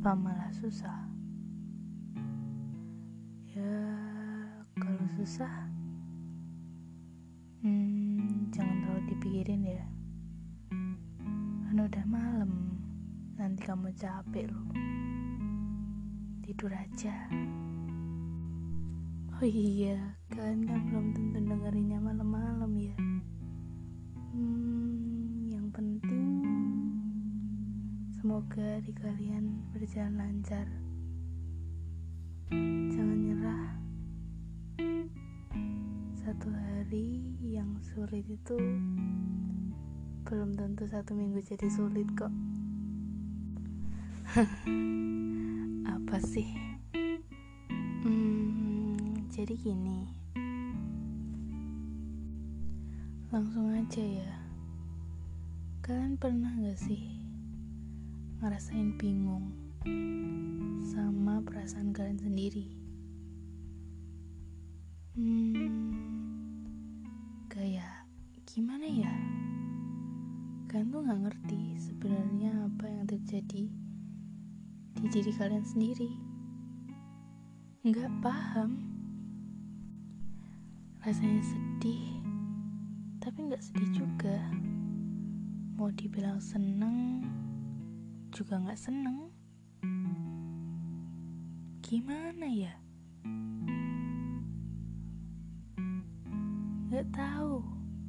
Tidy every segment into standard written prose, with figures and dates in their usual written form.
Apa malah susah? Ya, kalau susah, jangan terlalu dipikirin ya. Kan udah malam, nanti kamu capek loh. Tidur aja. Oh iya, kalian kan belum tentu dengerinnya malam-malam ya. Yang penting semoga hari kalian berjalan lancar. Jangan nyerah. Satu hari yang sulit itu belum tentu 1 minggu jadi sulit kok. Apa sih? Jadi gini, langsung aja ya. Kalian pernah gak sih ngerasain bingung sama perasaan kalian sendiri? Kayak gimana ya? Kalian tuh gak ngerti sebenarnya apa yang terjadi di diri kalian sendiri. Gak paham. Rasanya sedih, tapi gak sedih juga. Mau dibilang seneng juga gak seneng. Gimana ya? Gak tahu.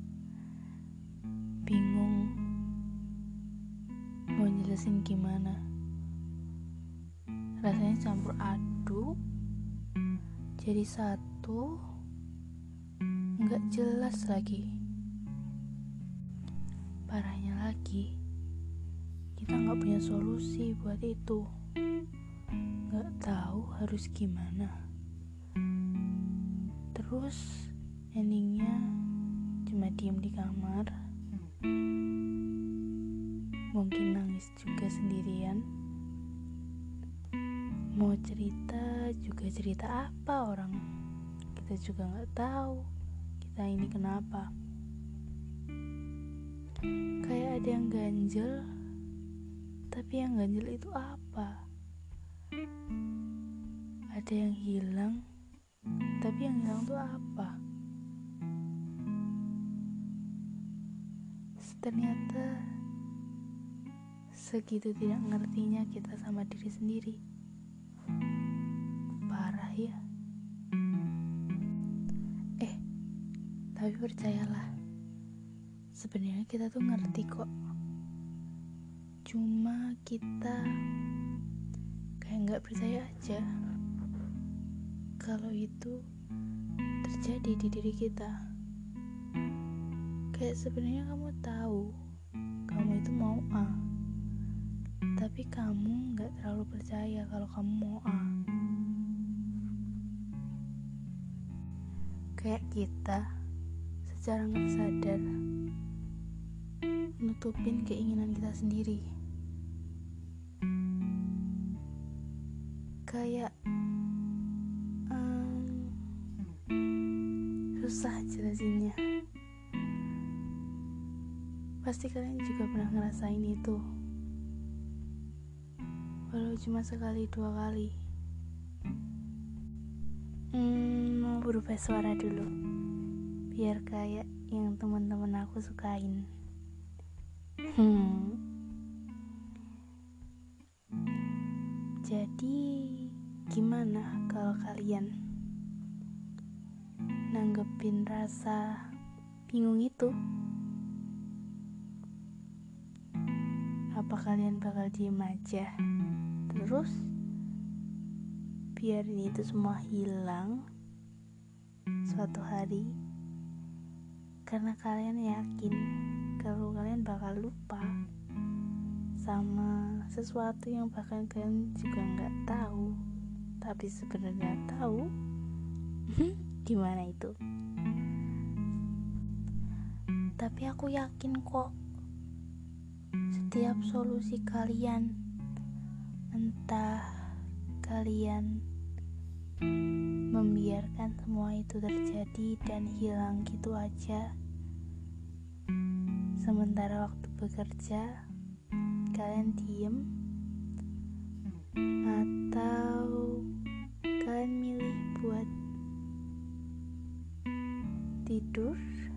Bingung mau jelasin gimana. Rasanya campur aduk, jadi satu, gak jelas lagi. Parahnya lagi, kita gak punya solusi buat itu. Gak tahu harus gimana. Terus endingnya cuma diem di kamar, mungkin nangis juga sendirian. Mau cerita juga cerita apa orang, kita juga gak tahu kita ini kenapa. Kayak ada yang ganjel, tapi yang ganjel itu apa? Ada yang hilang, tapi yang hilang itu apa? Ternyata segitu tidak ngertinya kita sama diri sendiri. Parah ya. Tapi percayalah, sebenarnya kita tuh ngerti kok. Cuma kita kayak gak percaya aja kalau itu terjadi di diri kita. Kayak sebenarnya kamu tahu kamu itu mau A, tapi kamu gak terlalu percaya kalau kamu mau A. Kayak kita secara gak sadar nutupin keinginan kita sendiri. Kayak susah jelasinnya. Pasti kalian juga pernah ngerasain itu, walau cuma sekali 2 kali. Mau berubah suara dulu biar kayak yang teman-teman aku sukain. Jadi gimana kalau kalian nanggepin rasa bingung itu? Apa kalian bakal diem aja terus biarin itu semua hilang suatu hari? Karena kalian yakin kalau kalian bakal lupa sama sesuatu yang bahkan kalian juga gak tahu, tapi sebenarnya tahu. Gimana itu? Tapi aku yakin kok setiap solusi kalian, entah kalian membiarkan semua itu terjadi dan hilang gitu aja, sementara waktu bekerja kalian diem, Atau kalian milih buat tidur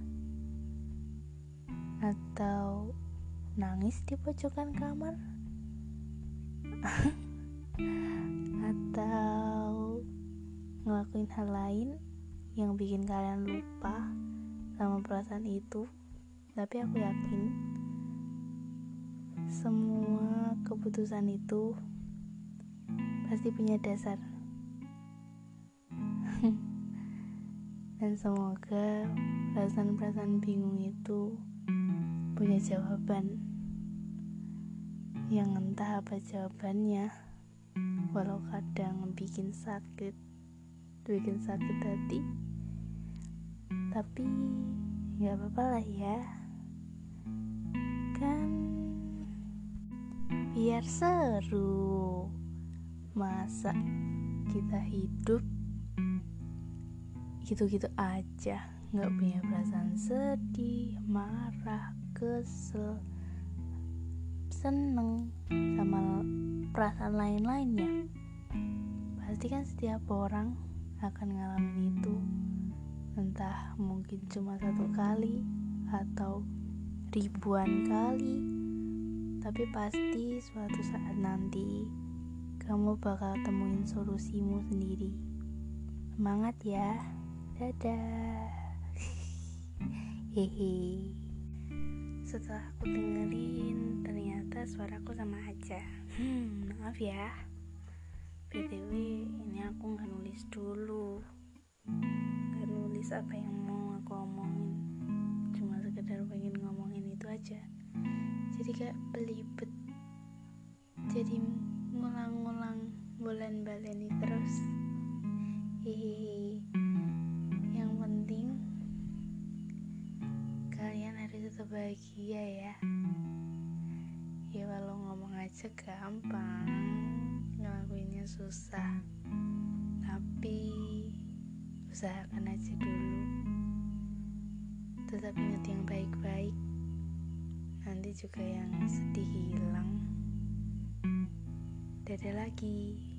atau nangis di pojokan kamar, atau ngelakuin hal lain yang bikin kalian lupa sama perasaan itu. Tapi aku yakin semua keputusan itu pasti punya dasar. Dan semoga perasaan-perasaan bingung itu punya jawaban, yang entah apa jawabannya, walau kadang bikin sakit hati, tapi gak apa-apa lah ya, kan biar seru. Masa kita hidup gitu-gitu aja, gak punya perasaan sedih, marah, kesel, seneng, sama perasaan lain-lainnya. Pasti kan setiap orang akan ngalamin itu, entah mungkin cuma satu kali atau ribuan kali, tapi pasti suatu saat nanti kamu bakal temuin solusimu sendiri. Semangat ya, dadah. Hehe. Setelah aku dengerin, ternyata suaraku sama aja. Maaf ya. BTW, ini aku gak nulis dulu, gak nulis apa yang mau aku omongin, cuma sekedar pengen ngomongin itu aja. Jadi gak belibet, jadi ngulang-ngulang bulan-baleni terus. Hehehe. Yang penting kalian harus tetap bahagia ya. Ya walau ngomong aja gampang, ngelakuinnya susah, tapi usahakan aja dulu. Tetap ingat yang baik-baik, nanti juga yang sedih hilang. Dadah lagi.